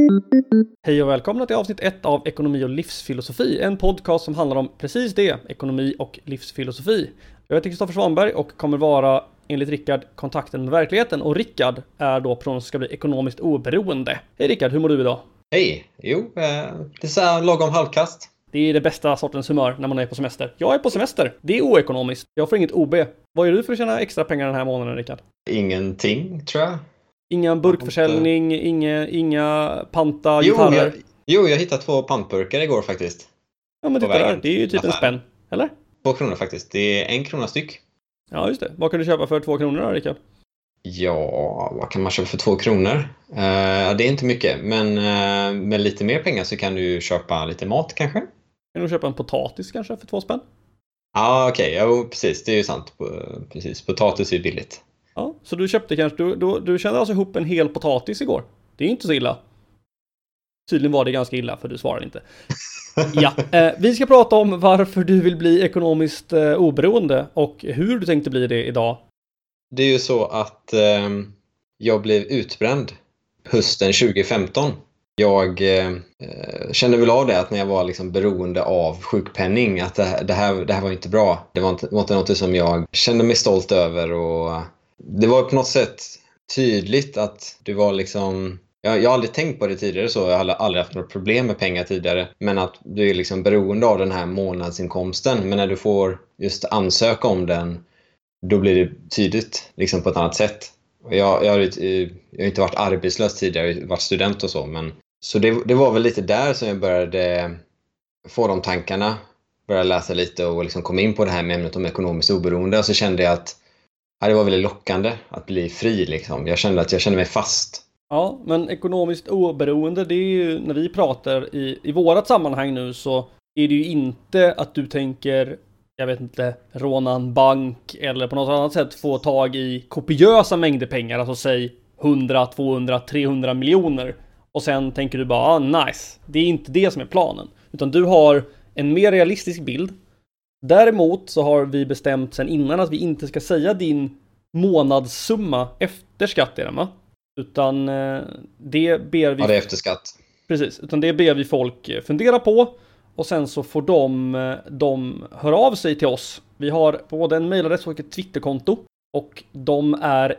Hej och välkomna till avsnitt 1 av Ekonomi och livsfilosofi, en podcast som handlar om precis det, ekonomi och livsfilosofi. Jag heter Kristoffer Svanberg och kommer vara, enligt Rickard, kontakten med verkligheten. Och Rickard är då personen som ska bli ekonomiskt oberoende. Hej Rickard, hur mår du idag? Hej, det är så här lagom halvkast. Det är det bästa sortens humör när man är på semester. Jag är på semester, det är oekonomiskt. Jag får inget OB. Vad gör du för att tjäna extra pengar den här månaden, Rickard? Ingenting, tror jag. Inga burkförsäljning, inga panta gitarrer? Jag hittade 2 pantburkar igår faktiskt. Ja men titta där, det är ju typ en spänn, eller? 2 kronor faktiskt, det är 1 krona styck. Ja just det, vad kan du köpa för 2 kronor då, Rickard? Ja, vad kan man köpa för 2 kronor? Det är inte mycket, men med lite mer pengar så kan du köpa lite mat kanske. Kan du köpa en potatis kanske för 2 spänn? Ja, okej, ja, precis, det är ju sant. Precis, potatis är billigt. Ja, så du köpte kanske, du kände alltså ihop en hel potatis igår. Det är inte så illa. Tydligen var det ganska illa för du svarade inte. Ja, vi ska prata om varför du vill bli ekonomiskt oberoende och hur du tänkte bli det idag. Det är ju så att jag blev utbränd hösten 2015. Jag kände väl av det att när jag var liksom beroende av sjukpenning att det här var inte bra. Det var inte något som jag kände mig stolt över, och det var på något sätt tydligt att det var liksom... Jag har aldrig tänkt på det tidigare så, jag har aldrig haft något problem med pengar tidigare. Men att du är liksom beroende av den här månadsinkomsten. Men när du får just ansöka om den, då blir det tydligt liksom på ett annat sätt. Jag har inte varit arbetslös tidigare, jag har varit student och så. Men, så det var väl lite där som jag började få de tankarna. Började läsa lite och liksom kom in på det här med ämnet om ekonomiskt oberoende. Och så kände jag att det var väldigt lockande att bli fri liksom. Jag kände mig fast. Ja, men ekonomiskt oberoende, det är ju, när vi pratar i vårat sammanhang nu, så är det ju inte att du tänker, jag vet inte, råna en bank eller på något annat sätt få tag i kopiösa mängder pengar, alltså säg 100, 200, 300 miljoner. Och sen tänker du bara, nice. Det är inte det som är planen. Utan du har en mer realistisk bild. Däremot så har vi bestämt sen innan att vi inte ska säga din månadssumma efter skatt, va? Utan det ber vi... Ja, det är efter skatt. Precis, utan det ber vi folk fundera på. Och sen så får de höra av sig till oss. Vi har både en mailadress och ett Twitterkonto. Och de är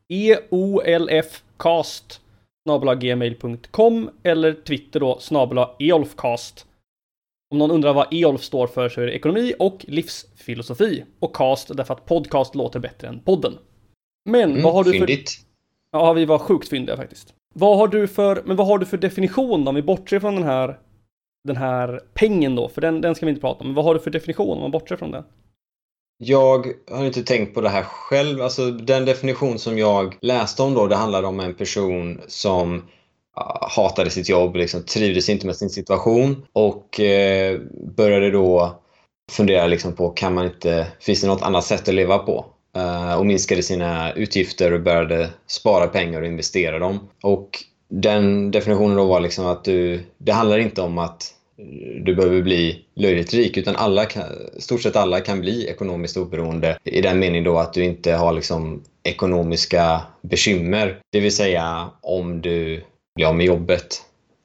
eolfcast@gmail.com eller Twitter då @eolfcast. Om någon undrar vad EOLF står för så är det ekonomi och livsfilosofi. Och cast därför att podcast låter bättre än podden. Men vad har du för... Fyndigt. Ja, vi var sjukt fyndiga faktiskt. Vad har du för definition då? Om vi bortser från den här pengen då, för den ska vi inte prata om. Men vad har du för definition om man bortser från den? Jag har inte tänkt på det här själv. Alltså den definition som jag läste om då, det handlade om en person som hatade sitt jobb, liksom trivdes inte med sin situation och började då fundera liksom på, finns det något annat sätt att leva på? Och minskade sina utgifter och började spara pengar och investera dem. Och den definitionen då var liksom att det handlar inte om att du behöver bli löjligt rik, utan stort sett alla kan bli ekonomiskt oberoende i den meningen då att du inte har liksom ekonomiska bekymmer. Det vill säga om du blir av med jobbet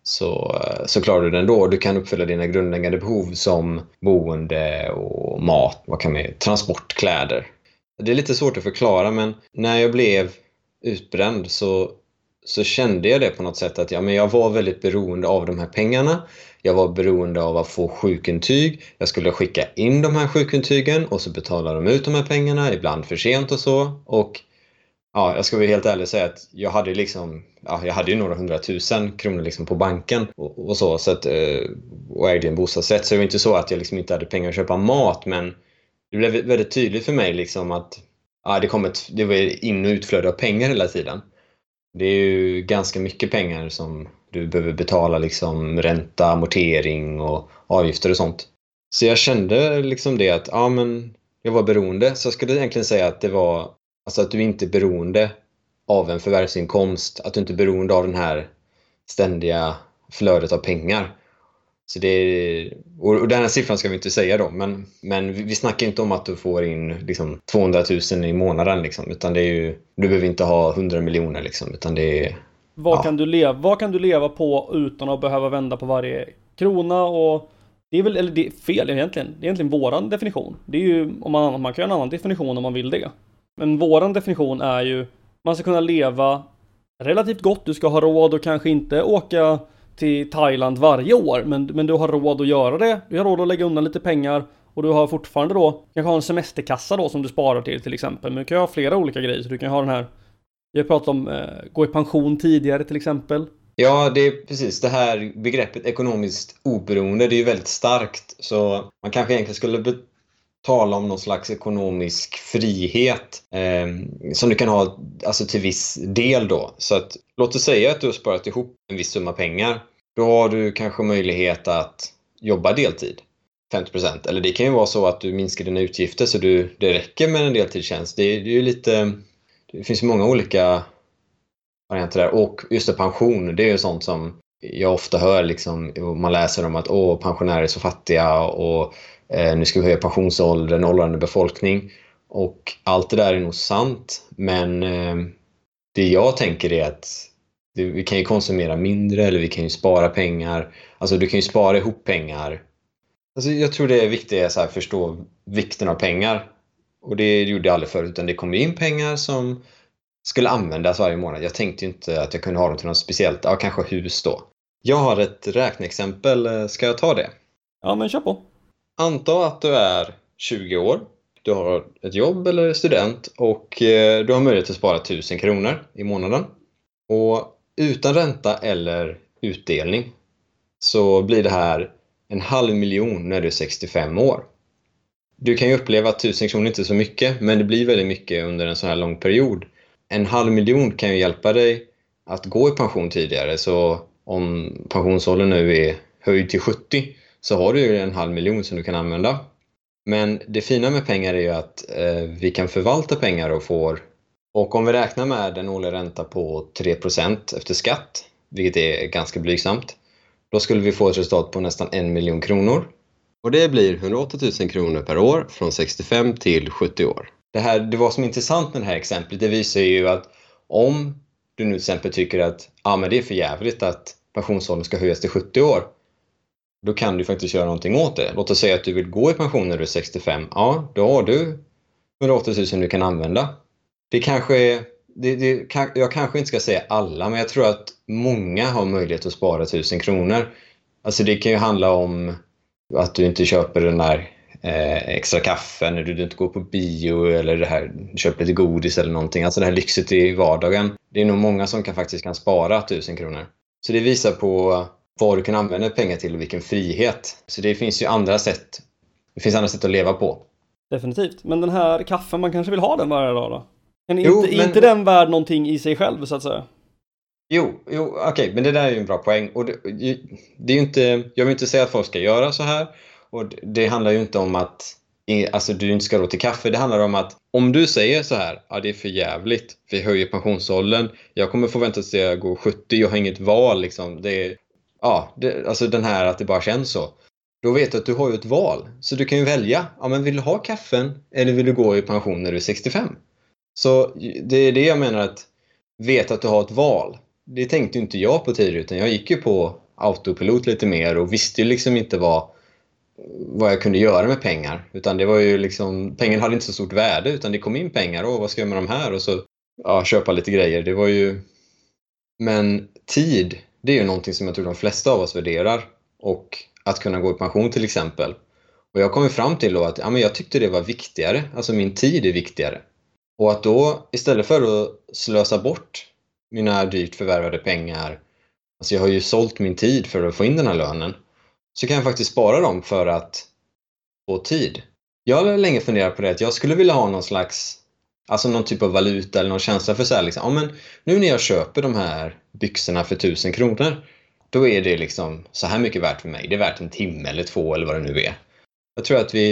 så klarar du den då. Du kan uppfylla dina grundläggande behov som boende och mat, transport, kläder. Det är lite svårt att förklara, men när jag blev utbränd så kände jag det på något sätt att jag var väldigt beroende av de här pengarna. Jag var beroende av att få sjukintyg. Jag skulle skicka in de här sjukintygen och så betalar de ut de här pengarna, ibland för sent och så. Och ja, jag ska vara helt ärlig och säga att jag hade ju några 100 000 kronor liksom på banken och så att, och ägde en bostadsrätt. Så det var inte så att jag liksom inte hade pengar att köpa mat, men det blev väldigt tydligt för mig liksom att det var in- och utflöde av pengar hela tiden. Det är ju ganska mycket pengar som du behöver betala, liksom ränta, amortering och avgifter och sånt. Så jag kände liksom det att jag var beroende. Så jag skulle egentligen säga att det var alltså att du inte är beroende av en förvärvsinkomst, att du inte är beroende av den här ständiga flödet av pengar. Så och den här siffran ska vi inte säga då, men vi snackar inte om att du får in liksom 200 000 i månaden liksom, utan det är ju, du behöver inte ha 100 miljoner liksom, utan det vad kan du leva på utan att behöva vända på varje krona? Och det är väl, eller det är fel egentligen. Det är egentligen våran definition. Det är ju, om man kan göra en annan definition om man vill det. Men våran definition är ju, man ska kunna leva relativt gott. Du ska ha råd och kanske inte åka till Thailand varje år. Men du har råd att göra det. Du har råd att lägga undan lite pengar. Och du har fortfarande då, kanske ha en semesterkassa då som du sparar till exempel. Men du kan ha flera olika grejer. Så du kan ha den här, jag pratat om gå i pension tidigare till exempel. Ja, det är precis det här begreppet ekonomiskt oberoende. Det är ju väldigt starkt. Så man kanske egentligen skulle tala om någon slags ekonomisk frihet som du kan ha alltså till viss del då. Så att, låt oss säga att du har sparat ihop en viss summa pengar. Då har du kanske möjlighet att jobba deltid. 50%. Eller det kan ju vara så att du minskar dina utgifter så det räcker med en deltidstjänst. Det är ju lite, det finns ju många olika varianter där. Och just det, pension, det är ju sånt som jag ofta hör liksom, man läser om att pensionärer är så fattiga och nu ska vi höja pensionsåldern, åldrande befolkning. Och allt det där är nog sant. Men det jag tänker är att vi kan ju konsumera mindre eller vi kan ju spara pengar. Alltså du kan ju spara ihop pengar. Alltså jag tror det är viktigt att förstå vikten av pengar. Och det gjorde jag aldrig förut, utan det kom in pengar som skulle användas varje månad. Jag tänkte inte att jag kunde ha dem till något speciellt. Ja, kanske hus då. Jag har ett räkneexempel. Ska jag ta det? Ja, men kör på. Anta att du är 20 år. Du har ett jobb eller student och du har möjlighet att spara 1000 kronor i månaden. Och utan ränta eller utdelning så blir det här 500 000 när du är 65 år. Du kan ju uppleva att 1000 kronor inte är så mycket, men det blir väldigt mycket under en sån här lång period. 500 000 kan ju hjälpa dig att gå i pension tidigare, så om pensionsåldern nu är höjd till 70 så har du ju 500 000 som du kan använda. Men det fina med pengar är ju att vi kan förvalta pengar och om vi räknar med en årlig ränta på 3% efter skatt, vilket är ganska blygsamt, då skulle vi få ett resultat på nästan 1 miljon kronor. Och det blir 108 000 kronor per år från 65 till 70 år. Det var som intressant med det här exemplet. Det visar ju att om du nu till exempel tycker att men det är för jävligt att pensionsåldern ska höjas till 70 år. Då kan du faktiskt göra någonting åt det. Låt oss säga att du vill gå i pension när du är 65. Ja, då har du 108 000 du kan använda. Det kanske är... jag kanske inte ska säga alla, men jag tror att många har möjlighet att spara 1000 kronor. Alltså det kan ju handla om att du inte köper den där extra kaffe när du inte går på bio eller det här, köper lite godis eller någonting. Alltså det här lyxet i vardagen. Det är nog många som faktiskt kan spara 1000 kronor. Så det visar på vad du kan använda pengar till och vilken frihet. Så det finns ju andra sätt. Det finns andra sätt att leva på. Definitivt. Men den här kaffen, man kanske vill ha den varje dag då? Inte den värd någonting i sig själv så att säga? Jo, okej, men det där är ju en bra poäng. Och det är ju inte, jag vill inte säga att folk ska göra så här. Och det handlar ju inte om att alltså, du inte ska råd till kaffe. Det handlar om att om du säger så här, det är för jävligt, vi höjer pensionsåldern, jag kommer få vänta tills jag går 70, jag har inget val liksom. Alltså den här att det bara känns så. Då vet du att du har ju ett val. Så du kan ju välja, men vill du ha kaffen eller vill du gå i pension när du är 65? Så det är det jag menar, att veta att du har ett val. Det tänkte inte jag på tidigare, utan jag gick ju på autopilot lite mer och visste ju liksom inte vad jag kunde göra med pengar. Utan det var ju liksom, pengarna hade inte så stort värde, utan det kom in pengar. Vad ska jag med de här? Och så köpa lite grejer. Det var ju... Men tid, det är ju någonting som jag tror de flesta av oss värderar. Och att kunna gå i pension till exempel. Och jag kom fram till då att jag tyckte det var viktigare. Alltså min tid är viktigare. Och att då istället för att slösa bort mina dyrt förvärvade pengar, alltså jag har ju sålt min tid för att få in den här lönen, så kan jag faktiskt spara dem för att få tid. Jag har länge funderat på det, att jag skulle vilja ha någon slags, alltså någon typ av valuta eller någon känsla för så här liksom, men nu när jag köper de här byxorna för 1000 kronor, då är det liksom så här mycket värt för mig. Det är värt en timme eller 2 eller vad det nu är. Jag tror att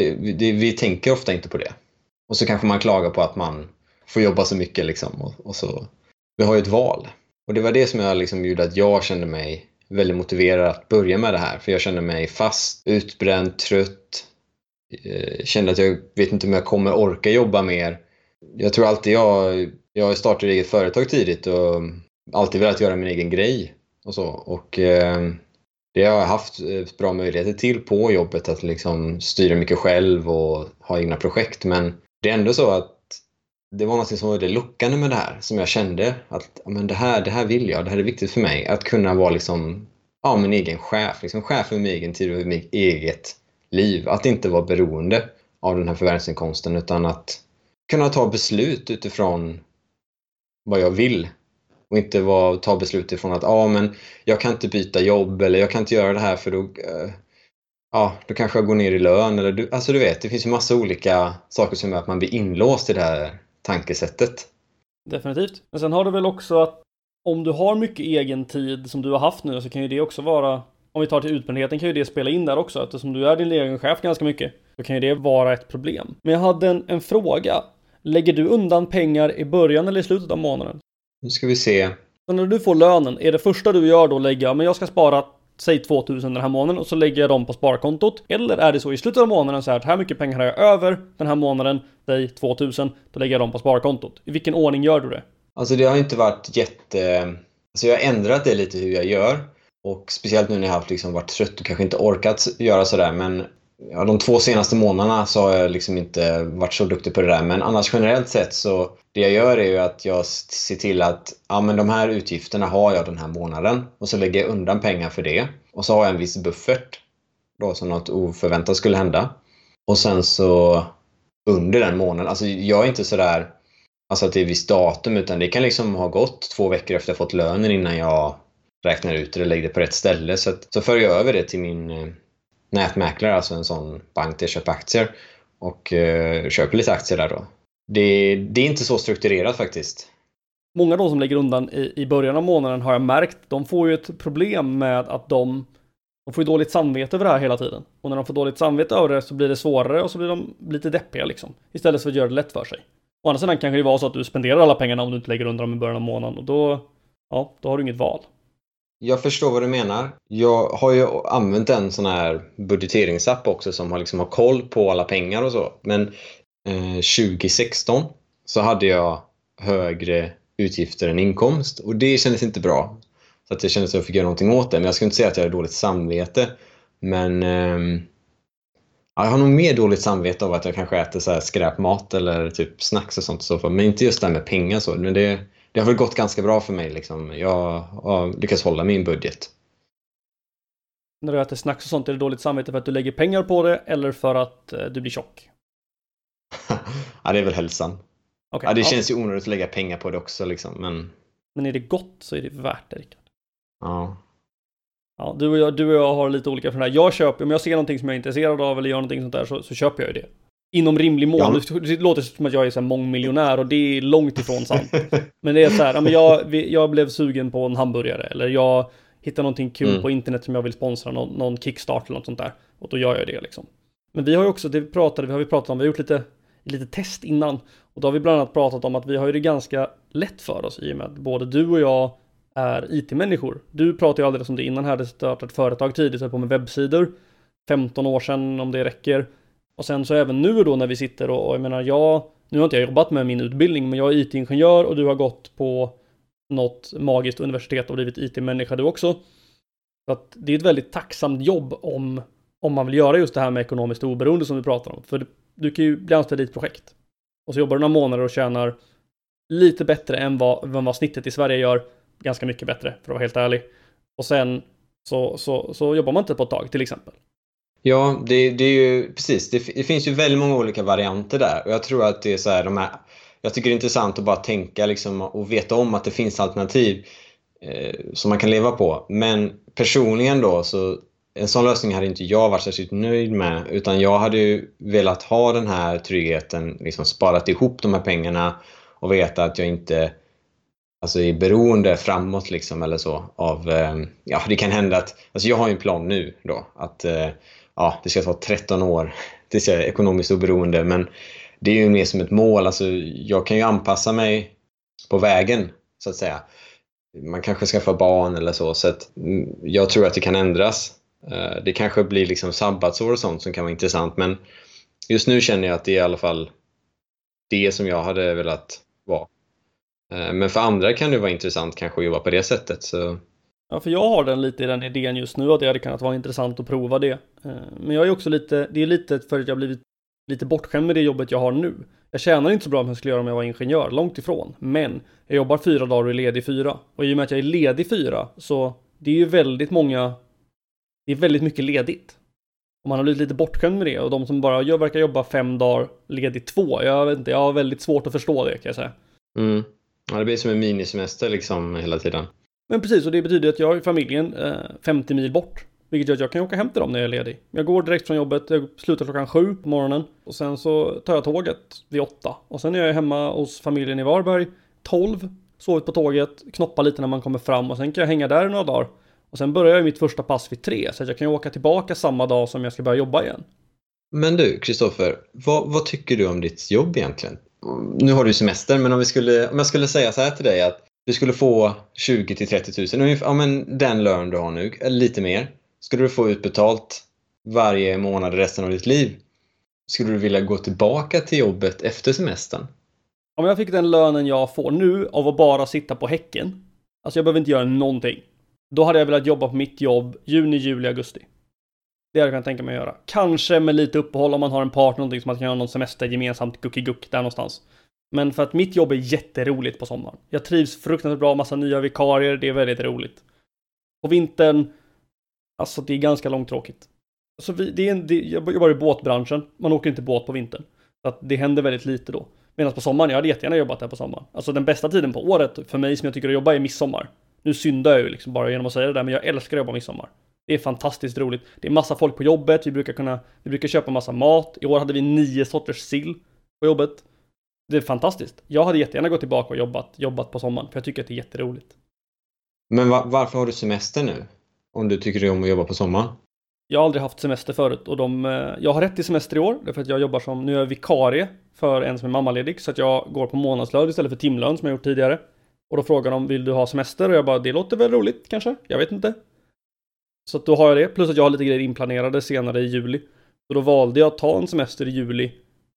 vi tänker ofta inte på det. Och så kanske man klagar på att man får jobba så mycket liksom, och så. Vi har ju ett val. Och det var det som jag liksom gjorde att jag kände mig väldigt motiverad att börja med det här. För jag kände mig fast, utbränd, trött. Kände att jag vet inte om jag kommer orka jobba mer. Jag tror alltid jag startade eget företag tidigt och alltid velat göra min egen grej och så. Och det har jag haft bra möjligheter till på jobbet, att liksom styra mycket själv och ha egna projekt. Men det är ändå så att det var något som var det lockande med det här, som jag kände att men det här vill jag, det här är viktigt för mig. Att kunna vara liksom, min egen chef, liksom chef för min egen tid och mitt eget liv. Att inte vara beroende av den här förvärvsinkomsten, utan att kunna ta beslut utifrån vad jag vill. Och inte ta beslut utifrån att men jag kan inte byta jobb, eller jag kan inte göra det här för då kanske jag går ner i lön. Eller du vet, det finns ju massa olika saker som gör att man blir inlåst i det här tankesättet. Definitivt. Men sen har du väl också att om du har mycket egen tid som du har haft nu, så kan ju det också vara, om vi tar till utbrändheten, kan ju det spela in där också. Eftersom du är din egen chef ganska mycket, så kan ju det vara ett problem. Men jag hade en fråga. Lägger du undan pengar i början eller i slutet av månaden? Nu ska vi se. Så när du får lönen, är det första du gör då lägga, men jag ska spara säg 2000 den här månaden och så lägger jag dem på sparkontot? Eller är det så i slutet av månaden så här mycket pengar har jag över den här månaden, säg 2000, då lägger jag dem på sparkontot? I vilken ordning gör du det? Alltså det har inte varit alltså jag har ändrat det lite hur jag gör. Och speciellt nu när jag har varit trött och kanske inte orkat göra sådär. Men de 2 senaste månaderna så har jag liksom inte varit så duktig på det där. Men annars generellt sett så det jag gör är ju att jag ser till att men de här utgifterna har jag den här månaden. Och så lägger jag undan pengar för det. Och så har jag en viss buffert då, som något oförväntat skulle hända. Och sen så under den månaden, alltså jag är inte sådär alltså att det är visst datum, utan det kan liksom ha gått 2 veckor efter jag fått lönen innan jag räknar ut det och lägger det på rätt ställe. Så för jag över det till min nätmäklare, alltså en sån bank där jag köper aktier, och köper lite aktier där då. Det är inte så strukturerat faktiskt. Många då som lägger undan i början av månaden har jag märkt, de får ju ett problem med att de får ju dåligt samvete över det här hela tiden. Och när de får dåligt samvete över det så blir det svårare och så blir de lite deppiga liksom. Istället för att göra det lätt för sig. Å andra sidan kanske det vara så att du spenderar alla pengarna om du inte lägger undan dem i början av månaden. Och då har du inget val. Jag förstår vad du menar. Jag har ju använt en sån här budgeteringsapp också som har koll på alla pengar och så. Men 2016 så hade jag högre utgifter än inkomst. Och det kändes inte bra. Så att jag kände att jag fick göra någonting åt det. Men jag skulle inte säga att jag har dåligt samvete. Men jag har nog mer dåligt samvete av att jag kanske äter så här skräpmat eller typ snacks och sånt i så fall. Men inte just det här med pengar så. Men det har väl gått ganska bra för mig liksom. Jag har lyckats hålla min budget. När du äter snacks och sånt, är det dåligt samvete för att du lägger pengar på det eller för att du blir tjock? Ja, det är väl hälsan. Okay, ja, det känns ju onödigt att lägga pengar på det också liksom. Men är det gott så är det värt det, Rickard. Ja. Ja, du och jag har lite olika för det här. Jag köper, om jag ser någonting som jag är intresserad av eller gör någonting sånt där så köper jag ju det. Inom rimlig mån. Ja. Det låter som att jag är så här mångmiljonär och det är långt ifrån sant. Men det är så här, men jag blev sugen på en hamburgare eller jag hittar någonting kul på internet som jag vill sponsra, någon Kickstart eller något sånt där. Och då gör jag det liksom. Men vi har ju också, vi har gjort lite test innan. Och då har vi bland annat pratat om att vi har ju det ganska lätt för oss i och med att både du och jag är IT-människor. Du pratade ju alldeles om det innan, hade startat ett företag tidigt, så på med webbsidor. 15 år sedan om det räcker. Och sen så även nu då när vi sitter och jag menar nu har inte jag jobbat med min utbildning, men jag är IT-ingenjör och du har gått på något magiskt universitet och blivit IT-människa du också. Så att det är ett väldigt tacksamt jobb om man vill göra just det här med ekonomiskt oberoende som vi pratar om. För du kan ju bli anställd i ett projekt. Och så jobbar du några månader och tjänar lite bättre än vad snittet i Sverige gör. Ganska mycket bättre, för att vara helt ärlig. Och sen så jobbar man inte på ett tag, till exempel. Ja, det är ju precis. Det finns ju väldigt många olika varianter där. Och jag tror att det är så här, jag tycker det är intressant att bara tänka liksom, och veta om att det finns alternativ som man kan leva på. Men personligen då, så en sån lösning hade inte jag varit särskilt nöjd med. Utan jag hade ju velat ha den här tryggheten, liksom sparat ihop de här pengarna och veta att jag inte är beroende framåt liksom, eller så av, det kan hända att, jag har ju en plan nu då att det ska ta 13 år tills jag är ekonomiskt oberoende, men det är ju mer som ett mål, jag kan ju anpassa mig på vägen så att säga. Man kanske skaffar barn eller så att jag tror att det kan ändras. Det kanske blir liksom sabbatsår och sånt som kan vara intressant, men just nu känner jag att det är i alla fall det som jag hade velat vara. Men för andra kan det vara intressant kanske att jobba på det sättet. Så. Ja, för jag har lite i den idén just nu att det hade kunnat vara intressant att prova det. Men jag är också det är lite för att jag har blivit lite bortskämd med det jobbet jag har nu. Jag tjänar inte så bra om jag skulle göra om jag var ingenjör, långt ifrån. Men jag jobbar 4 dagar och är ledig 4. Och i och med att jag är ledig 4 så det är ju väldigt mycket ledigt. Och man har blivit lite bortskämd med det. Och de som bara verkar jobba 5 dagar ledig 2. Jag vet inte, jag har väldigt svårt att förstå det kan jag säga. Ja, det blir som en minisemester liksom hela tiden. Men precis, och det betyder att jag är familjen 50 mil bort. Vilket gör att jag kan åka hem till dem när jag är ledig. Jag går direkt från jobbet, jag slutar klockan 7 på morgonen. Och sen så tar jag tåget vid 8. Och sen är jag hemma hos familjen i Varberg 12. Sovit på tåget, knoppa lite när man kommer fram. Och sen kan jag hänga där några dagar. Och sen börjar jag mitt första pass vid 3. Så att jag kan åka tillbaka samma dag som jag ska börja jobba igen. Men du, Kristoffer, vad tycker du om ditt jobb egentligen? Nu har du semester, men om jag skulle säga så här till dig att du skulle få 20 till 30 000, ja men den lön du har nu, eller lite mer, skulle du få utbetalt varje månad resten av ditt liv. Skulle du vilja gå tillbaka till jobbet efter semestern? Om jag fick den lönen jag får nu av att bara sitta på häcken, alltså jag behöver inte göra någonting, då hade jag velat jobba på mitt jobb juni, juli, augusti. Det hade jag kunnat tänka mig att göra. Kanske med lite uppehåll om man har en partner, någonting som man kan göra någon semester gemensamt, guck där någonstans. Men för att mitt jobb är jätteroligt på sommaren. Jag trivs fruktansvärt bra, massa nya vikarier, det är väldigt roligt. På vintern, alltså det är ganska långtråkigt. Alltså jag jobbar i båtbranschen, man åker inte båt på vintern. Så att det händer väldigt lite då. Medan på sommaren, jag hade jättegärna jobbat här på sommaren. Alltså den bästa tiden på året för mig som jag tycker att jobba är midsommar. Nu syndar jag ju liksom bara genom att säga det där, men jag älskar att jobba midsommar. Det är fantastiskt roligt. Det är massa folk på jobbet, vi brukar köpa massa mat. I år hade vi 9 sorters sill på jobbet. Det är fantastiskt. Jag hade jättegärna gått tillbaka och jobbat på sommaren, för jag tycker att det är jätteroligt. Men varför har du semester nu? Om du tycker om att jobba på sommaren? Jag har aldrig haft semester förut och jag har rätt till semester i år. Därför att jag jobbar nu är jag vikarie för en som är mammaledig. Så att jag går på månadslön istället för timlön som jag gjort tidigare. Och då frågar de, vill du ha semester? Och jag bara, det låter väl roligt kanske? Jag vet inte. Så att då har jag det. Plus att jag har lite grejer inplanerade senare i juli. Så då valde jag att ta en semester i juli.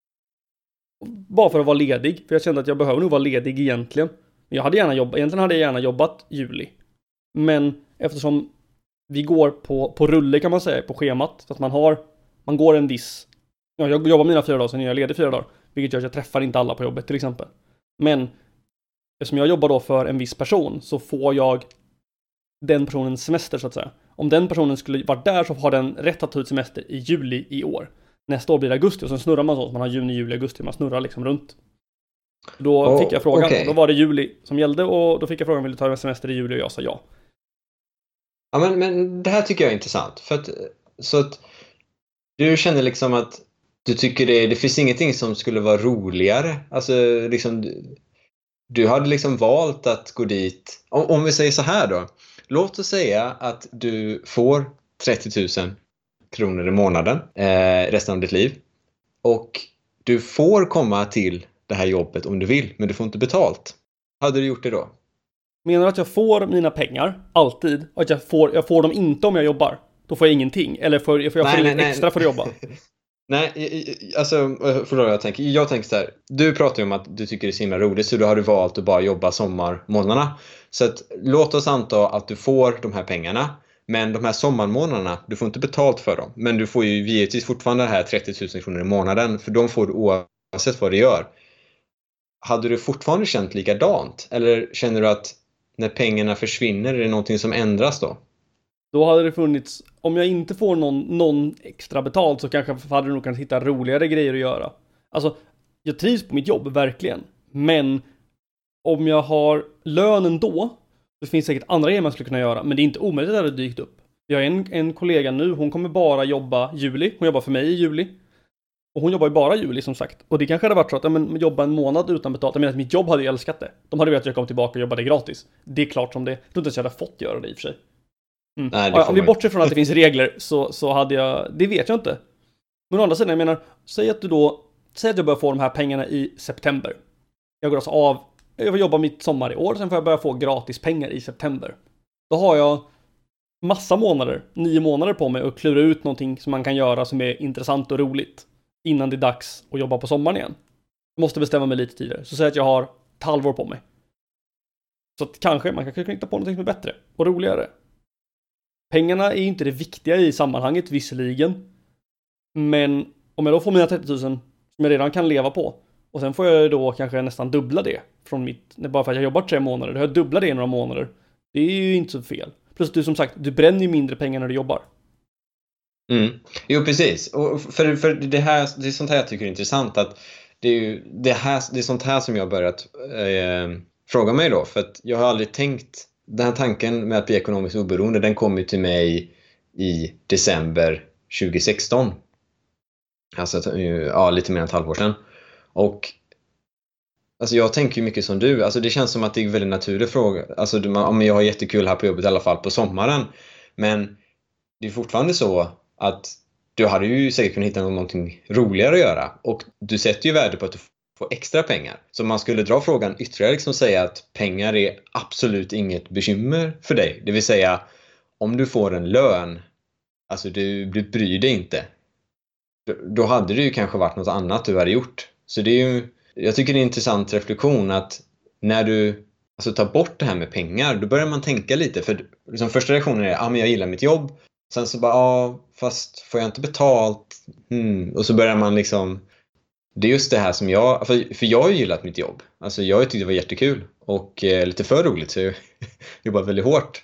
Bara för att vara ledig. För jag kände att jag behöver nog vara ledig egentligen. Men egentligen hade jag gärna jobbat juli. Men eftersom vi går på rulle kan man säga, på schemat. Så att man går en viss... Ja, jag jobbar mina 4 dagar, sen är jag ledig 4 dagar. Vilket gör att jag träffar inte alla på jobbet till exempel. Men eftersom jag jobbar då för en viss person så får jag den personens semester så att säga. Om den personen skulle vara där så har den rätt att ta ut semester i juli i år. Nästa år blir det augusti och sen snurrar man så. Man har juni, juli, augusti. Man snurrar liksom runt. Då fick jag frågan. Okay. Då var det juli som gällde och då fick jag frågan, vill du ta semester i juli? Och jag sa ja. Ja, men det här tycker jag är intressant. Så att du känner liksom att du tycker det finns ingenting som skulle vara roligare. Alltså liksom du hade liksom valt att gå dit. Om vi säger så här då. Låt oss säga att du får 30 000 kronor i månaden resten av ditt liv. Och du får komma till det här jobbet om du vill, men du får inte betalt. Hade du gjort det då? Menar du att jag får mina pengar alltid och att jag får dem inte om jag jobbar? Då får jag ingenting. Eller får jag inget extra för att jobba? Nej, alltså förlåt, jag tänker så här. Du pratar ju om att du tycker det är så himla roligt, så då har du valt att bara jobba sommarmånaderna. Så att, låt oss anta att du får de här pengarna. Men de här sommarmånaderna, du får inte betalt för dem. Men du får ju givetvis fortfarande det här 30 000 kronor i månaden. För de får du oavsett vad du gör. Hade du fortfarande känt likadant? Eller känner du att när pengarna försvinner är det någonting som ändras då? Då hade det funnits, om jag inte får någon extra betalt så kanske hade du nog kunnat hitta roligare grejer att göra. Alltså, jag trivs på mitt jobb, verkligen. Men om jag har lönen då, så finns det säkert andra grejer man skulle kunna göra. Men det är inte omöjligt att det har dykt upp. Jag har en kollega nu, hon kommer bara jobba juli. Hon jobbar för mig i juli. Och hon jobbar ju bara juli som sagt. Och det kanske hade varit så att jobba en månad utan betalt. Jag menar att mitt jobb hade ju älskat det. De hade velat att jag kom tillbaka och jobbade gratis. Det är klart som det. Jag tror inte att jag hade fått göra det i och för sig. Nej, om vi bortser från att det finns regler så hade jag... Det vet jag inte. Men å andra sidan, jag menar, säg att jag börjar få de här pengarna i september. Jag går alltså av... Jag får jobba mitt sommar i år, sen får jag börja få gratis pengar i september. Då har jag massa månader, 9 månader på mig att klura ut någonting som man kan göra som är intressant och roligt innan det är dags att jobba på sommaren igen. Jag måste bestämma mig lite tidigare. Så säg att jag har ett halvår på mig. Så att kanske man kan hitta på någonting som är bättre och roligare. Pengarna är inte det viktiga i sammanhanget visserligen. Men om jag då får mina 30 000 som jag redan kan leva på. Och sen får jag då kanske nästan dubbla det från bara för att jag jobbar 3 månader. Då har jag dubbla det i några månader. Det är ju inte så fel. Plus du som sagt, du bränner ju mindre pengar när du jobbar. Jo, precis. Och för det är sånt här jag tycker är intressant. Att det är sånt här som jag har börjat fråga mig då. För att jag har aldrig tänkt... Den här tanken med att bli ekonomiskt oberoende, den kom ju till mig i december 2016. Alltså lite mer än ett halvår sedan. Och alltså jag tänker ju mycket som du. Alltså det känns som att det är en väldigt naturlig fråga. Alltså jag har jättekul här på jobbet i alla fall på sommaren. Men det är fortfarande så att du hade ju säkert kunnat hitta någonting roligare att göra. Och du sätter ju värde på att du får extra pengar. Så man skulle dra frågan ytterligare liksom säga att pengar är absolut inget bekymmer för dig. Det vill säga, om du får en lön, alltså du bryr dig inte. Då hade det ju kanske varit något annat du hade gjort. Så det är ju, jag tycker det är en intressant reflektion att när du tar bort det här med pengar, då börjar man tänka lite. För liksom första reaktionen är, men jag gillar mitt jobb. Sen så bara, fast får jag inte betalt? Och så börjar man liksom... Det är just det här som för jag har ju gillat mitt jobb. Alltså jag tyckte det var jättekul. Och lite för roligt, så jag jobbar väldigt hårt.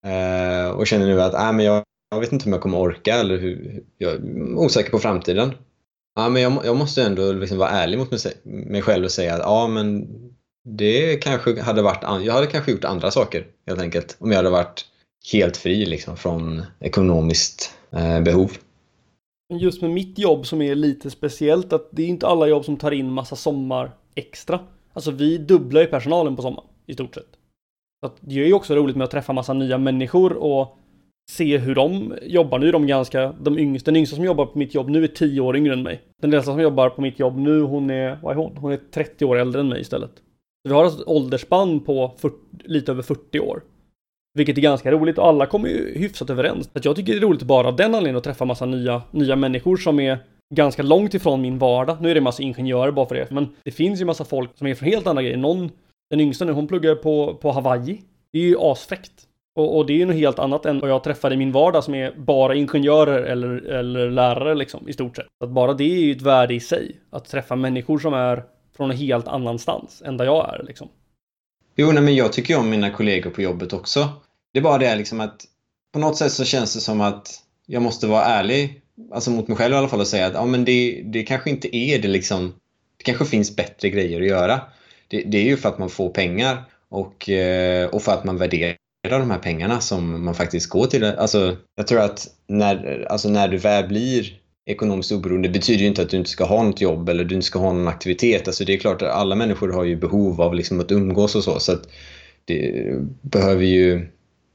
Och känner nu att men jag vet inte om jag kommer orka. Eller jag är osäker på framtiden. Men jag måste ändå liksom vara ärlig mot mig själv och säga att men det kanske hade varit... Jag hade kanske gjort andra saker helt enkelt. Om jag hade varit helt fri liksom, från ekonomiskt behov. Just med mitt jobb som är lite speciellt, att det är inte alla jobb som tar in massa sommar extra. Alltså vi dubblar ju personalen på sommaren i stort sett. Så att det är ju också roligt med att träffa massa nya människor och se hur de jobbar. Nu är den yngsta som jobbar på mitt jobb nu är 10 år yngre än mig. Den äldsta som jobbar på mitt jobb nu, hon är 30 år äldre än mig istället. Så vi har ett åldersspann på lite över 40 år. Vilket är ganska roligt och alla kommer ju hyfsat överens. Så jag tycker det är roligt bara av den anledningen att träffa massa nya människor som är ganska långt ifrån min vardag. Nu är det en massa ingenjörer bara för det. Men det finns ju massa folk som är från helt andra grejer. Den yngsta nu, hon pluggar på Hawaii. Det är ju asfräckt. Och det är ju något helt annat än vad jag träffar i min vardag som är bara ingenjörer eller lärare liksom i stort sett. Så att bara det är ju ett värde i sig. Att träffa människor som är från en helt annanstans än där jag är liksom. Jo, men jag tycker om mina kollegor på jobbet också. Det är bara det liksom att på något sätt så känns det som att jag måste vara ärlig, alltså mot mig själv i alla fall, och säga att men det kanske inte är det liksom. Det kanske finns bättre grejer att göra. Det är ju för att man får pengar och för att man värderar de här pengarna som man faktiskt går till. Alltså jag tror att när du väl blir ekonomiskt oberoende betyder ju inte att du inte ska ha något jobb eller du inte ska ha någon aktivitet. Alltså det är klart att alla människor har ju behov av liksom att umgås och så att det behöver ju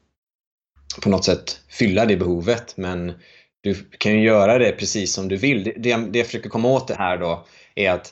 på något sätt fylla det behovet, men du kan ju göra det precis som du vill. Det jag försöker komma åt det här då är att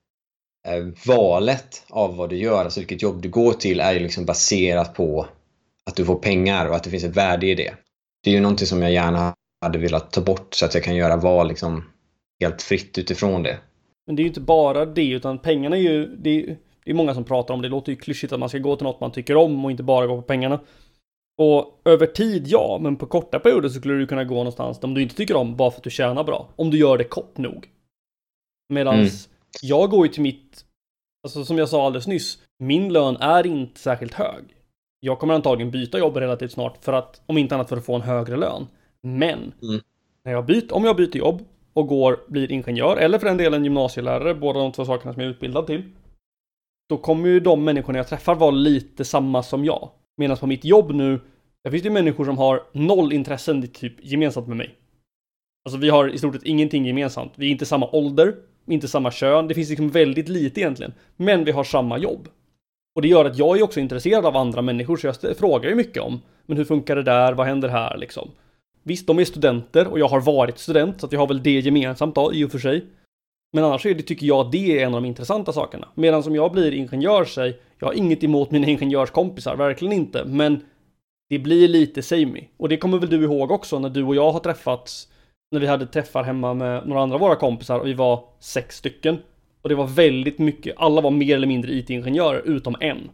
valet av vad du gör, alltså vilket jobb du går till, är ju liksom baserat på att du får pengar och att det finns ett värde i det. Det är ju någonting som jag gärna hade velat ta bort så att jag kan göra val liksom helt fritt utifrån det. Men det är ju inte bara det, utan pengarna är ju... Det är många som pratar om det. Det låter ju klyschigt att man ska gå till något man tycker om och inte bara gå på pengarna. Och över tid, ja, men på korta perioder så skulle du kunna gå någonstans om du inte tycker om bara för att du tjänar bra. Om du gör det kort nog. Medans jag går ju till mitt... Alltså som jag sa alldeles nyss, min lön är inte särskilt hög. Jag kommer antagligen byta jobb relativt snart för att, om inte annat för att få en högre lön. Men om jag byter jobb och blir ingenjör eller för den delen gymnasielärare, båda de två sakerna som jag är utbildad till, då kommer ju de människorna jag träffar vara lite samma som jag. Medan på mitt jobb nu, där finns det människor som har 0 intressen typ gemensamt med mig. Alltså vi har i stort sett ingenting gemensamt. Vi är inte samma ålder, inte samma kön. Det finns liksom väldigt lite egentligen. Men vi har samma jobb. Och det gör att jag är också intresserad av andra människor, så jag frågar ju mycket om, men hur funkar det där? Vad händer här liksom? Visst, de är studenter och jag har varit student, så att vi har väl det gemensamt då, i och för sig. Men annars tycker jag att det är en av de intressanta sakerna. Medan som jag blir ingenjör, jag har inget emot mina ingenjörskompisar, verkligen inte. Men det blir lite samey. Och det kommer väl du ihåg också när du och jag har träffats, när vi hade träffar hemma med några andra av våra kompisar och vi var 6 stycken. Och det var väldigt mycket, alla var mer eller mindre IT-ingenjörer utom en.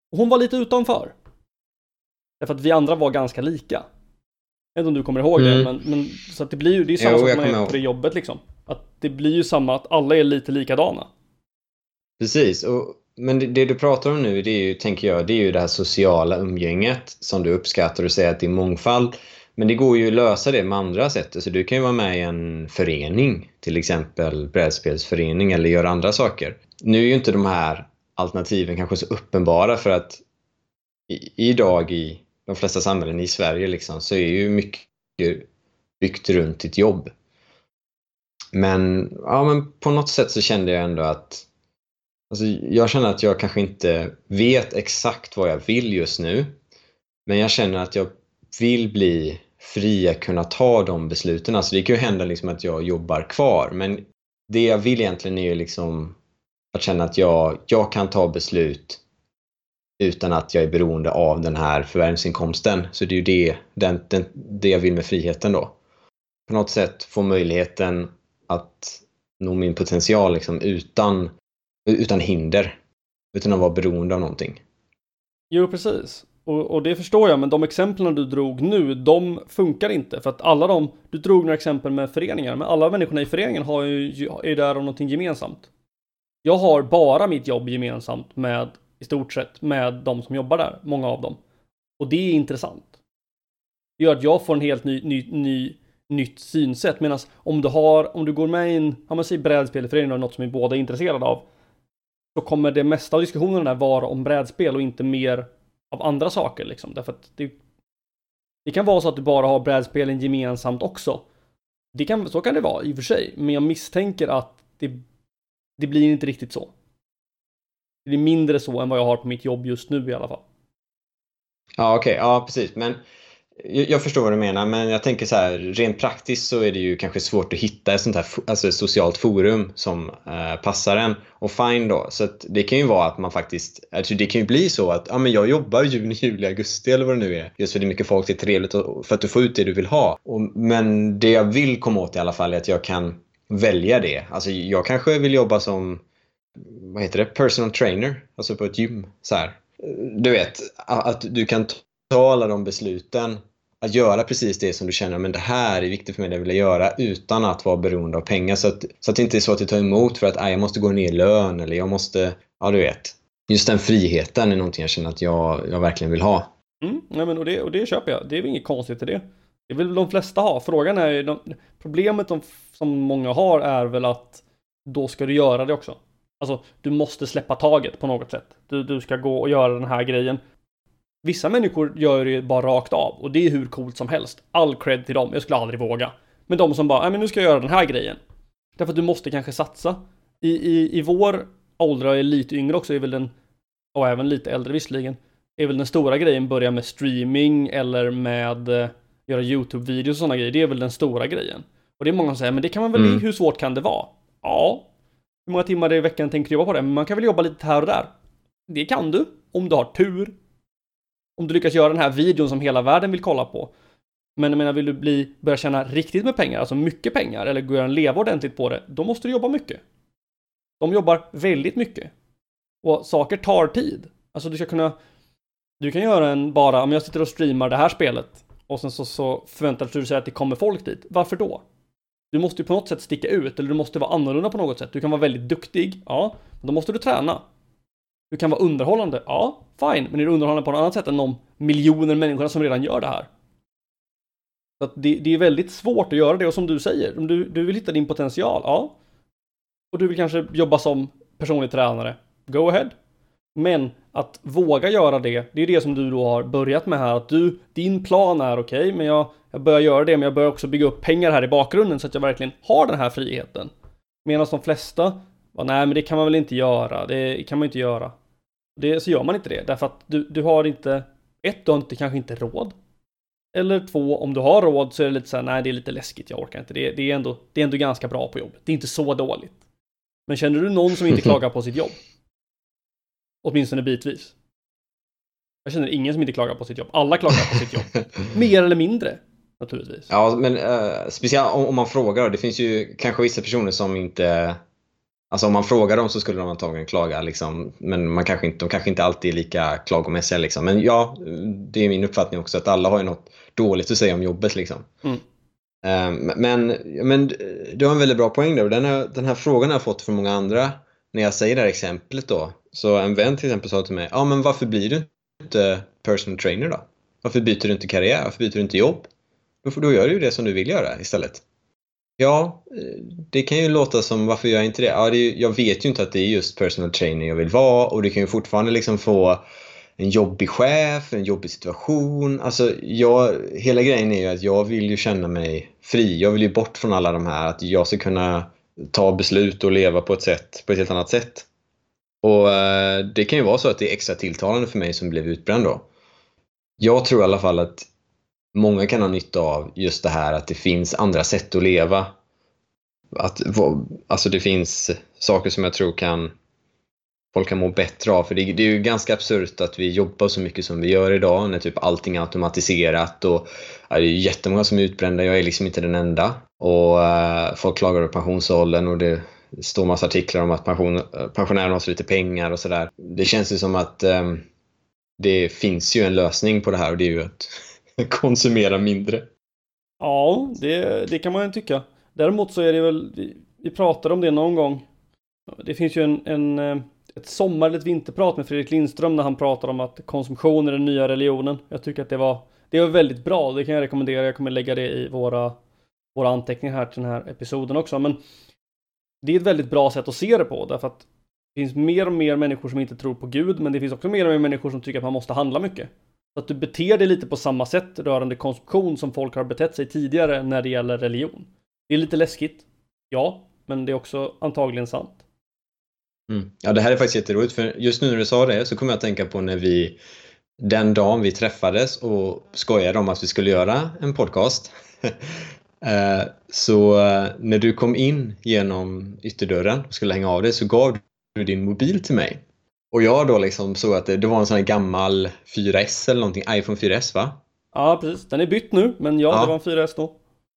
Och hon var lite utanför. Därför att vi andra var ganska lika. Jag vet inte om du kommer ihåg det, men så att det blir ju, det är samma sak man är på det jobbet liksom. Att det blir ju samma, att alla är lite likadana. Precis, men det du pratar om nu, det är ju, tänker jag, det är ju det här sociala umgänget som du uppskattar och säger att det är mångfald. Men det går ju att lösa det med andra sätt. Så du kan ju vara med i en förening, till exempel brädspelsförening, eller göra andra saker. Nu är ju inte de här alternativen kanske så uppenbara, för att idag i de flesta samhällen i Sverige liksom, så är ju mycket byggt runt ditt jobb. Men på något sätt så kände jag ändå att alltså, jag känner att jag kanske inte vet exakt vad jag vill just nu. Men jag känner att jag vill bli fri att kunna ta de besluten. Alltså det kan ju hända liksom att jag jobbar kvar. Men det jag vill egentligen är ju liksom att känna att jag kan ta beslut utan att jag är beroende av den här förvärvsinkomsten. Så det är ju det jag vill med friheten då. På något sätt få möjligheten att nå min potential liksom utan hinder. Utan att vara beroende av någonting. Jo, precis. Och det förstår jag, men de exemplen du drog nu, de funkar inte. För att du drog några exempel med föreningar, men alla människorna i föreningen är där om någonting gemensamt. Jag har bara mitt jobb gemensamt med, i stort sett, med de som jobbar där, många av dem. Och det är intressant. Det gör att jag får en helt nytt synsätt. Medan om du går med i en brädspelförening och något som vi båda är intresserade av, så kommer det mesta av diskussionen där vara om brädspel och inte mer av andra saker liksom. Därför att det kan vara så att du bara har brädspelen gemensamt också. Så kan det vara i och för sig. Men jag misstänker att det blir inte riktigt så. Det är mindre så än vad jag har på mitt jobb just nu i alla fall. Ja, okej. Ja, precis. Men jag förstår vad du menar, men jag tänker så här, rent praktiskt så är det ju kanske svårt att hitta ett sånt här alltså socialt forum som passar en. Och fine då, så att det kan ju vara att man faktiskt, alltså det kan ju bli så att men jag jobbar juni, juli, augusti eller vad det nu är. Just för det är mycket folk, det är trevligt för att du får ut det du vill ha. Men det jag vill komma åt i alla fall är att jag kan välja det. Alltså jag kanske vill jobba som, vad heter det, personal trainer, alltså på ett gym så här. Du vet, att du kan ta alla de besluten, att göra precis det som du känner, men det här är viktigt för mig, det vill jag göra, utan att vara beroende av pengar. Så att det inte är så att det tar emot för att jag måste gå ner i lön, eller jag måste, ja du vet. Just den friheten är någonting jag känner att jag verkligen vill ha. Nej, men och det köper jag. Det är väl inget konstigt i det. Det vill de flesta ha. Frågan är, problemet som många har är väl att då ska du göra det också. Alltså, du måste släppa taget på något sätt. Du ska gå och göra den här grejen. Vissa människor gör det bara rakt av. Och det är hur coolt som helst. All cred till dem. Jag skulle aldrig våga. Men de som bara, men nu ska jag göra den här grejen. Därför att du måste kanske satsa. I vår ålder, och är lite yngre också, är väl den, och även lite äldre visserligen, är väl den stora grejen börja med streaming eller med göra YouTube-videos och sådana grejer. Det är väl den stora grejen. Och det är många som säger, men det kan man väl, hur svårt kan det vara? Ja. Hur många timmar i veckan tänker du jobba på det? Men man kan väl jobba lite här och där. Det kan du, om du har tur. Om du lyckas göra den här videon som hela världen vill kolla på. Men jag menar, vill du börja tjäna riktigt med pengar, alltså mycket pengar, eller gå och leva ordentligt på det, då måste du jobba mycket. De jobbar väldigt mycket. Och saker tar tid. Alltså du kan göra om jag sitter och streamar det här spelet och sen så förväntar du sig att det kommer folk dit. Varför då? Du måste ju på något sätt sticka ut, eller du måste vara annorlunda på något sätt. Du kan vara väldigt duktig, ja, men då måste du träna. Du kan vara underhållande, ja, fine, men är du underhållande på något annat sätt än de miljoner människorna som redan gör det här? Så att det är väldigt svårt att göra det, och som du säger, om du vill hitta din potential, ja, och du vill kanske jobba som personlig tränare, go ahead. Men att våga göra det är det som du då har börjat med här, att din plan är okej, men jag börjar göra det, men jag börjar också bygga upp pengar här i bakgrunden så att jag verkligen har den här friheten. Medan de flesta, nej men det kan man väl inte göra, det kan man inte göra. Så gör man inte det, därför att du har inte, du har kanske inte råd. Eller 2, om du har råd så är det lite så här, nej det är lite läskigt, jag orkar inte. Det är ändå ganska bra på jobbet, det är inte så dåligt. Men känner du någon som inte klagar på sitt jobb? Åtminstone bitvis. Jag känner ingen som inte klagar på sitt jobb. Alla klagar på sitt jobb. Mer eller mindre, naturligtvis. Ja, men speciellt om man frågar. Det finns ju kanske vissa personer som inte Alltså om man frågar dem så skulle de antagligen klaga liksom, men de kanske inte alltid är lika klagomässiga liksom. Men ja, det är min uppfattning också att alla har ju något dåligt att säga om jobbet liksom. Men du har en väldigt bra poäng där, och den här frågan har jag fått från många andra när jag säger det här exemplet då. Så en vän till exempel sa till mig, ja men varför blir du inte personal trainer då? Varför byter du inte karriär? Varför byter du inte jobb? Då gör du ju det som du vill göra istället. Ja, det kan ju låta som, varför gör jag inte det? Ja, jag vet ju inte att det är just personal trainer jag vill vara, och det kan ju fortfarande liksom få en jobbig chef, en jobbig situation. Alltså hela grejen är ju att jag vill ju känna mig fri. Jag vill ju bort från alla de här, att jag ska kunna ta beslut och leva på ett helt annat sätt. Och det kan ju vara så att det är extra tilltalande för mig som blev utbränd då. Jag tror i alla fall att många kan ha nytta av just det här att det finns andra sätt att leva. Alltså det finns saker som jag tror folk kan må bättre av. För det är ju ganska absurt att vi jobbar så mycket som vi gör idag, när typ allting är automatiserat, och det är ju jättemånga som är utbrända. Jag är liksom inte den enda. Och folk klagar över pensionsåldern, och det står massa artiklar om att pensionärerna har så lite pengar och sådär. Det känns ju som att det finns ju en lösning på det här, och det är ju att konsumera mindre. Ja, det kan man ju tycka. Däremot så är det väl, vi pratade om det någon gång. Det finns ju ett sommar- eller ett vinterprat med Fredrik Lindström när han pratar om att konsumtion är den nya religionen. Jag tycker att det var väldigt bra. Det kan jag rekommendera. Jag kommer lägga det i våra anteckningar här till den här episoden också. Men det är ett väldigt bra sätt att se det på. Därför att det finns mer och mer människor som inte tror på Gud. Men det finns också mer och mer människor som tycker att man måste handla mycket. Så att du beter dig lite på samma sätt rörande konsumtion som folk har betett sig tidigare när det gäller religion. Det är lite läskigt. Ja, men det är också antagligen sant. Ja, det här är faktiskt jätteroligt, för just nu när du sa det så kommer jag att tänka på när den dagen vi träffades och skojade om att vi skulle göra en podcast. Så när du kom in genom ytterdörren och skulle hänga av dig, så gav du din mobil till mig. Och jag då liksom såg att det var en sån här gammal 4S eller någonting, iPhone 4S va? Ja, precis. Den är bytt nu, men ja. Det var en 4S då.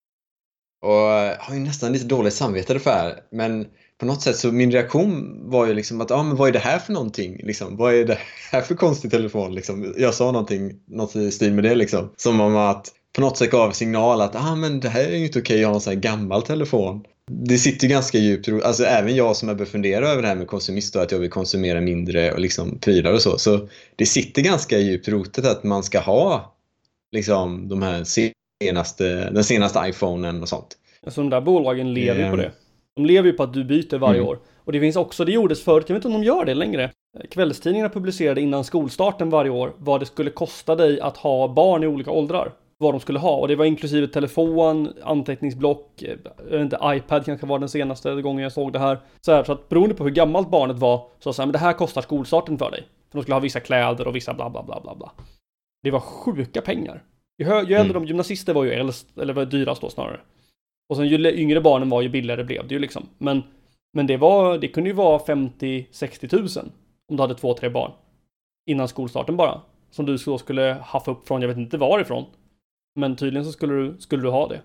Och jag har ju nästan lite dåligt samvete för det här, men på något sätt så min reaktion var ju liksom att men vad är det här för någonting? Liksom, vad är det här för konstig telefon? Liksom, jag sa något i stil med det liksom. Som om att på något sätt gav signal att men det här är ju inte okej att ha en sån här gammal telefon. Det sitter ju ganska djupt, alltså även jag som har börjat fundera över det här med konsumist och att jag vill konsumera mindre och liksom prylar och så. Så det sitter ganska djupt rotet att man ska ha liksom de här den senaste iPhonen och sånt. Alltså de där bolagen lever ju på det. De lever ju på att du byter varje år. Och det finns också, det gjordes förut, jag vet inte om de gör det längre. Kvällstidningarna publicerade innan skolstarten varje år vad det skulle kosta dig att ha barn i olika åldrar. Vad de skulle ha. Och det var inklusive telefon, anteckningsblock, jag vet inte, iPad kanske var den senaste gången jag såg det här. Så att beroende på hur gammalt barnet var så sa men det här kostar skolstarten för dig. För de skulle ha vissa kläder och vissa bla bla bla bla bla. Det var sjuka pengar. Ju äldre de gymnasister var ju äldst, eller var dyrast då snarare. Och sen ju yngre barnen var ju billigare blev det ju liksom. Men det kunde ju vara 50-60 tusen om du hade 2-3 barn. Innan skolstarten bara. Som du så skulle haffa upp från, jag vet inte varifrån. Men tydligen så skulle du ha det.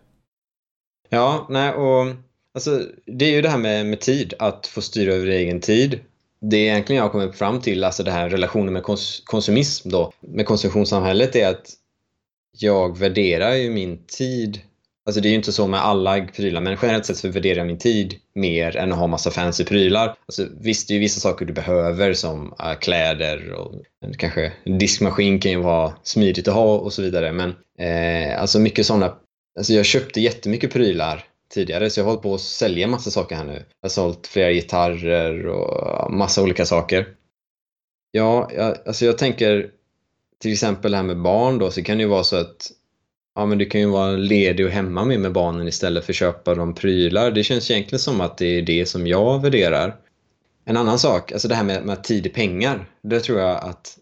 Ja, nej, och alltså, det är ju det här med tid, att få styra över egen tid. Det är egentligen jag kommer fram till, alltså det här relationen med konsumism då, med konsumtionssamhället, är att jag värderar ju min tid. Alltså det är ju inte så med alla prylar, men generellt sett så värderar jag min tid mer än att ha massa fancy prylar. Alltså visst, det är ju vissa saker du behöver som kläder och kanske en diskmaskin kan ju vara smidigt att ha och så vidare. Men alltså mycket sådana, alltså jag köpte jättemycket prylar tidigare, så jag har hållit på att sälja massa saker här nu. Jag har sålt flera gitarrer och massa olika saker. Ja, alltså jag tänker till exempel det här med barn då, så kan det ju vara så att men du kan ju vara ledig och hemma med barnen istället för att köpa de prylar. Det känns egentligen som att det är det som jag värderar. En annan sak, alltså det här med tid i pengar. Det tror jag att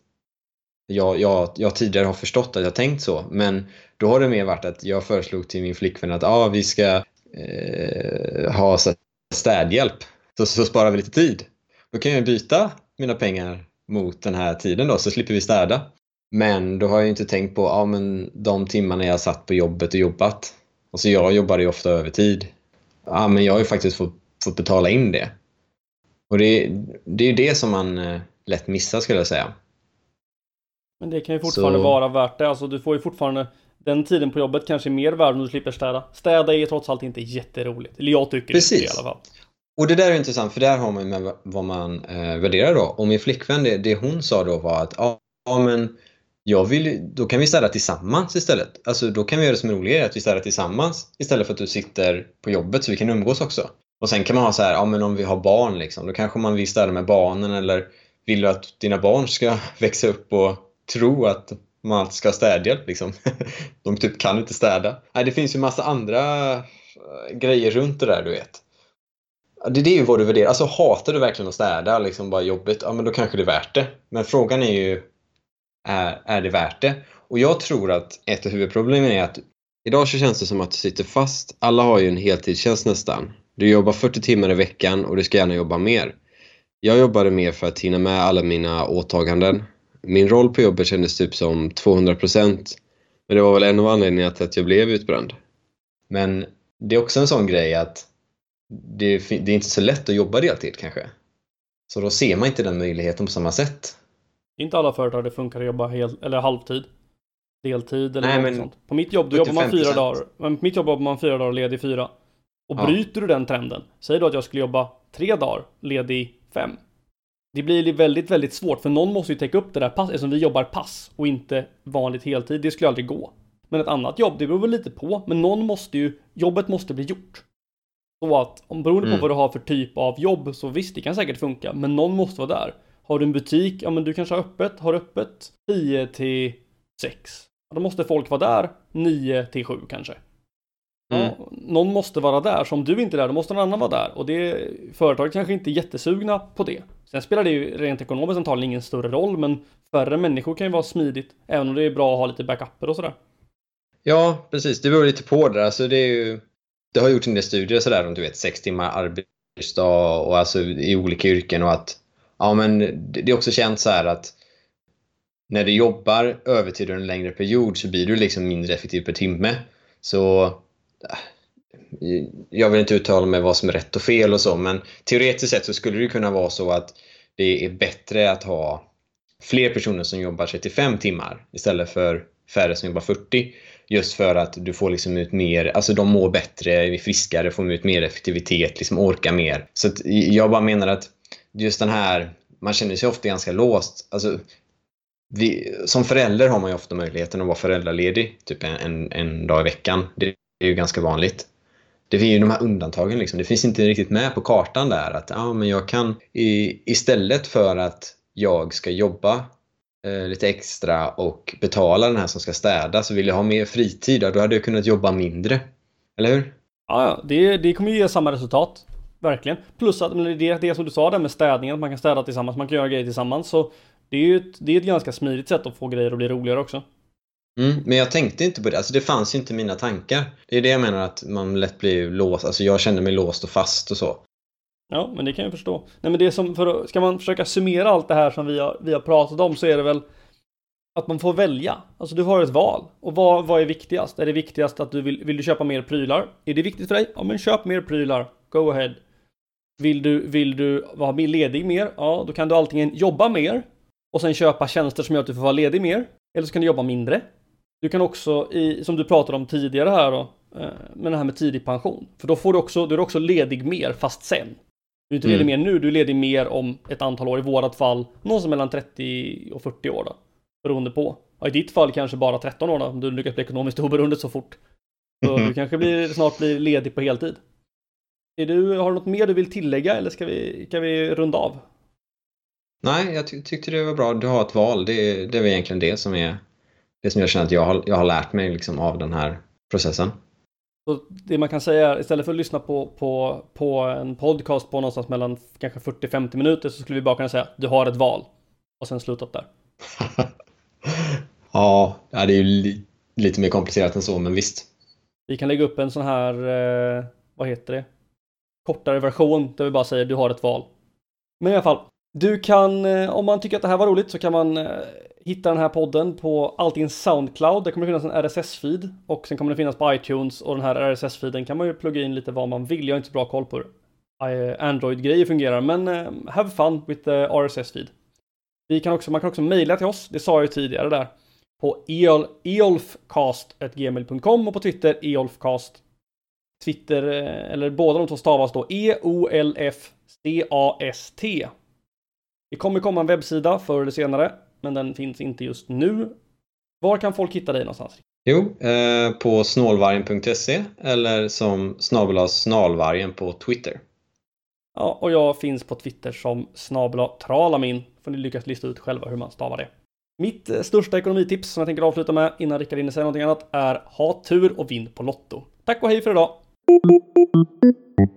jag tidigare har förstått att jag tänkt så. Men då har det mer varit att jag föreslog till min flickvän att vi ska ha städhjälp. Så sparar vi lite tid. Då kan jag byta mina pengar mot den här tiden då, så slipper vi städa. Men då har jag inte tänkt på men de timmarna jag satt på jobbet och jobbat. Alltså jag jobbar ju ofta övertid. Men jag har ju faktiskt fått betala in det. Och det är ju det som man lätt missar, skulle jag säga. Men det kan ju fortfarande vara värt det. Alltså du får ju fortfarande den tiden på jobbet kanske är mer värd om du slipper städa. Städa är trots allt inte jätteroligt. Eller jag tycker Precis. det i alla fall. Och det där är intressant, för där har man med vad man värderar då. Och min flickvän, det hon sa då var att ja men då kan vi städa tillsammans istället. Alltså då kan vi göra det som är roligare, att vi städar tillsammans istället för att du sitter på jobbet, så vi kan umgås också. Och sen kan man ha så här, ja men om vi har barn liksom, då kanske man vill städa med barnen, eller vill du att dina barn ska växa upp och tro att man alltid ska ha städhjälp liksom. De typ kan inte städa. Nej, det finns ju massa andra grejer runt det där, du vet. Det är ju vad du värderar. Alltså hatar du verkligen att städa, liksom bara jobbigt, ja men då kanske det är värt det. Men frågan är ju, är det värt det? Och jag tror att ett av huvudproblemen är att idag så känns det som att du sitter fast. Alla har ju en heltidstjänst nästan. Du jobbar 40 timmar i veckan och du ska gärna jobba mer. Jag jobbade mer för att hinna med alla mina åtaganden. Min roll på jobbet kändes typ som 200%. Men det var väl en av anledningarna till att jag blev utbränd. Men det är också en sån grej att det är inte så lätt att jobba deltid kanske. Så då ser man inte den möjligheten på samma sätt. Inte alla företag det funkar att jobba eller halvtid. Deltid eller något sånt. På mitt jobb jobbar man 4 dagar. Men på mitt jobb jobbar man 4 dagar ledig 4. Och bryter du den trenden, säg då att jag skulle jobba 3 dagar ledig 5. Det blir väldigt, väldigt svårt, för någon måste ju täcka upp det där pass, eftersom vi jobbar pass och inte vanligt heltid. Det skulle aldrig gå. Men ett annat jobb, det beror väl lite på, men jobbet måste bli gjort. Så att, beroende på vad du har för typ av jobb, så visst, det kan säkert funka, men någon måste vara där. Har du en butik, ja men du kanske har öppet 10 till 6. Då måste folk vara där 9 till 7 kanske. Ja, någon måste vara där, så om du inte är där, då måste någon annan vara där. Och företaget kanske inte är jättesugna på det. Sen spelar det ju rent ekonomiskt antagligen ingen större roll, men färre människor kan ju vara smidigt, även om det är bra att ha lite backuper och sådär. Ja, precis. Det beror lite på det. Alltså det har gjort en del studier sådär om 6 timmar arbetsdag och alltså i olika yrken, och att ja men det är också känt så här att när du jobbar övertid under en längre period så blir du liksom mindre effektiv per timme. Så jag vill inte uttala mig vad som är rätt och fel och så, men teoretiskt sett så skulle det kunna vara så att det är bättre att ha fler personer som jobbar 35 timmar istället för färre som jobbar 40. Just för att du får liksom ut mer, alltså de mår bättre, är friskare, får ut mer effektivitet, liksom orkar mer. Så att jag bara menar att just den här, man känner sig ofta ganska låst. Alltså, som förälder har man ju ofta möjligheten att vara föräldraledig typ en dag i veckan. Det är ju ganska vanligt. Det finns ju de här undantagen liksom. Det finns inte riktigt med på kartan där att men jag kan istället för att jag ska jobba lite extra och betala den här som ska städa, så vill jag ha mer fritid, då hade jag kunnat jobba mindre. Eller hur? Ja, det kommer ju ge samma resultat. Verkligen. Plus att det som du sa där med städningen, att man kan städa tillsammans, man kan göra grejer tillsammans, så det är ett ganska smidigt sätt att få grejer att bli roligare också. Men jag tänkte inte på det. Alltså det fanns ju inte mina tankar. Det är det jag menar, att man lätt blir låst. Alltså jag kände mig låst och fast och så. Ja, men det kan jag förstå. Nej, men det är som ska man försöka summera allt det här som vi har pratat om, så är det väl att man får välja. Alltså du har ett val. Och vad är viktigast? Är det viktigast att vill du köpa mer prylar? Är det viktigt för dig? Ja, men köp mer prylar. Go ahead. Vill du vara ledig mer? Ja, då kan du antingen jobba mer och sen köpa tjänster som gör att du får vara ledig mer. Eller så kan du jobba mindre. Du kan också, som du pratade om tidigare här då, med det här med tidig pension. För då är du också ledig mer, fast sen. Du är inte ledig mer nu, du är ledig mer om ett antal år. I vårat fall, någonstans mellan 30 och 40 år då. Beroende på. Ja, i ditt fall kanske bara 13 år då, om du lyckas bli ekonomiskt oberoende så fort. Så du kanske snart blir ledig på heltid. Har du något mer du vill tillägga, eller kan vi runda av? Nej, jag tyckte det var bra. Du har ett val. Det är väl egentligen det som jag känner att jag har lärt mig liksom av den här processen. Så det man kan säga är, istället för att lyssna på en podcast på någonstans mellan kanske 40-50 minuter, så skulle vi bara kunna säga du har ett val. Och sen sluta upp där. Ja, det är ju lite mer komplicerat än så, men visst. Vi kan lägga upp en sån här, vad heter det? Kortare version där vi bara säger du har ett val. Men i alla fall, du kan, om man tycker att det här var roligt, så kan man hitta den här podden på allting Soundcloud. Där kommer det finnas en RSS-feed. Och sen kommer det finnas på iTunes. Och den här RSS-feeden kan man ju plugga in lite vad man vill. Jag har inte så bra koll på det. Android-grejer fungerar. Men have fun with the RSS-feed. Man kan också mejla till oss, det sa jag ju tidigare där. På eolfcast@gmail.com och på Twitter eolfcast. Twitter, eller båda de två stavas då EOLFCAST. Det kommer komma en webbsida förr eller senare, men den finns inte just nu. Var kan folk hitta dig någonstans? Jo, på snålvargen.se eller som @snalvargen på Twitter. Ja, och jag finns på Twitter som @tralamin. Får ni lyckas lista ut själva hur man stavar det. Mitt största ekonomitips som jag tänker avsluta med innan Rickard hinner säga någonting annat är ha tur och vinn på Lotto. Tack och hej för idag!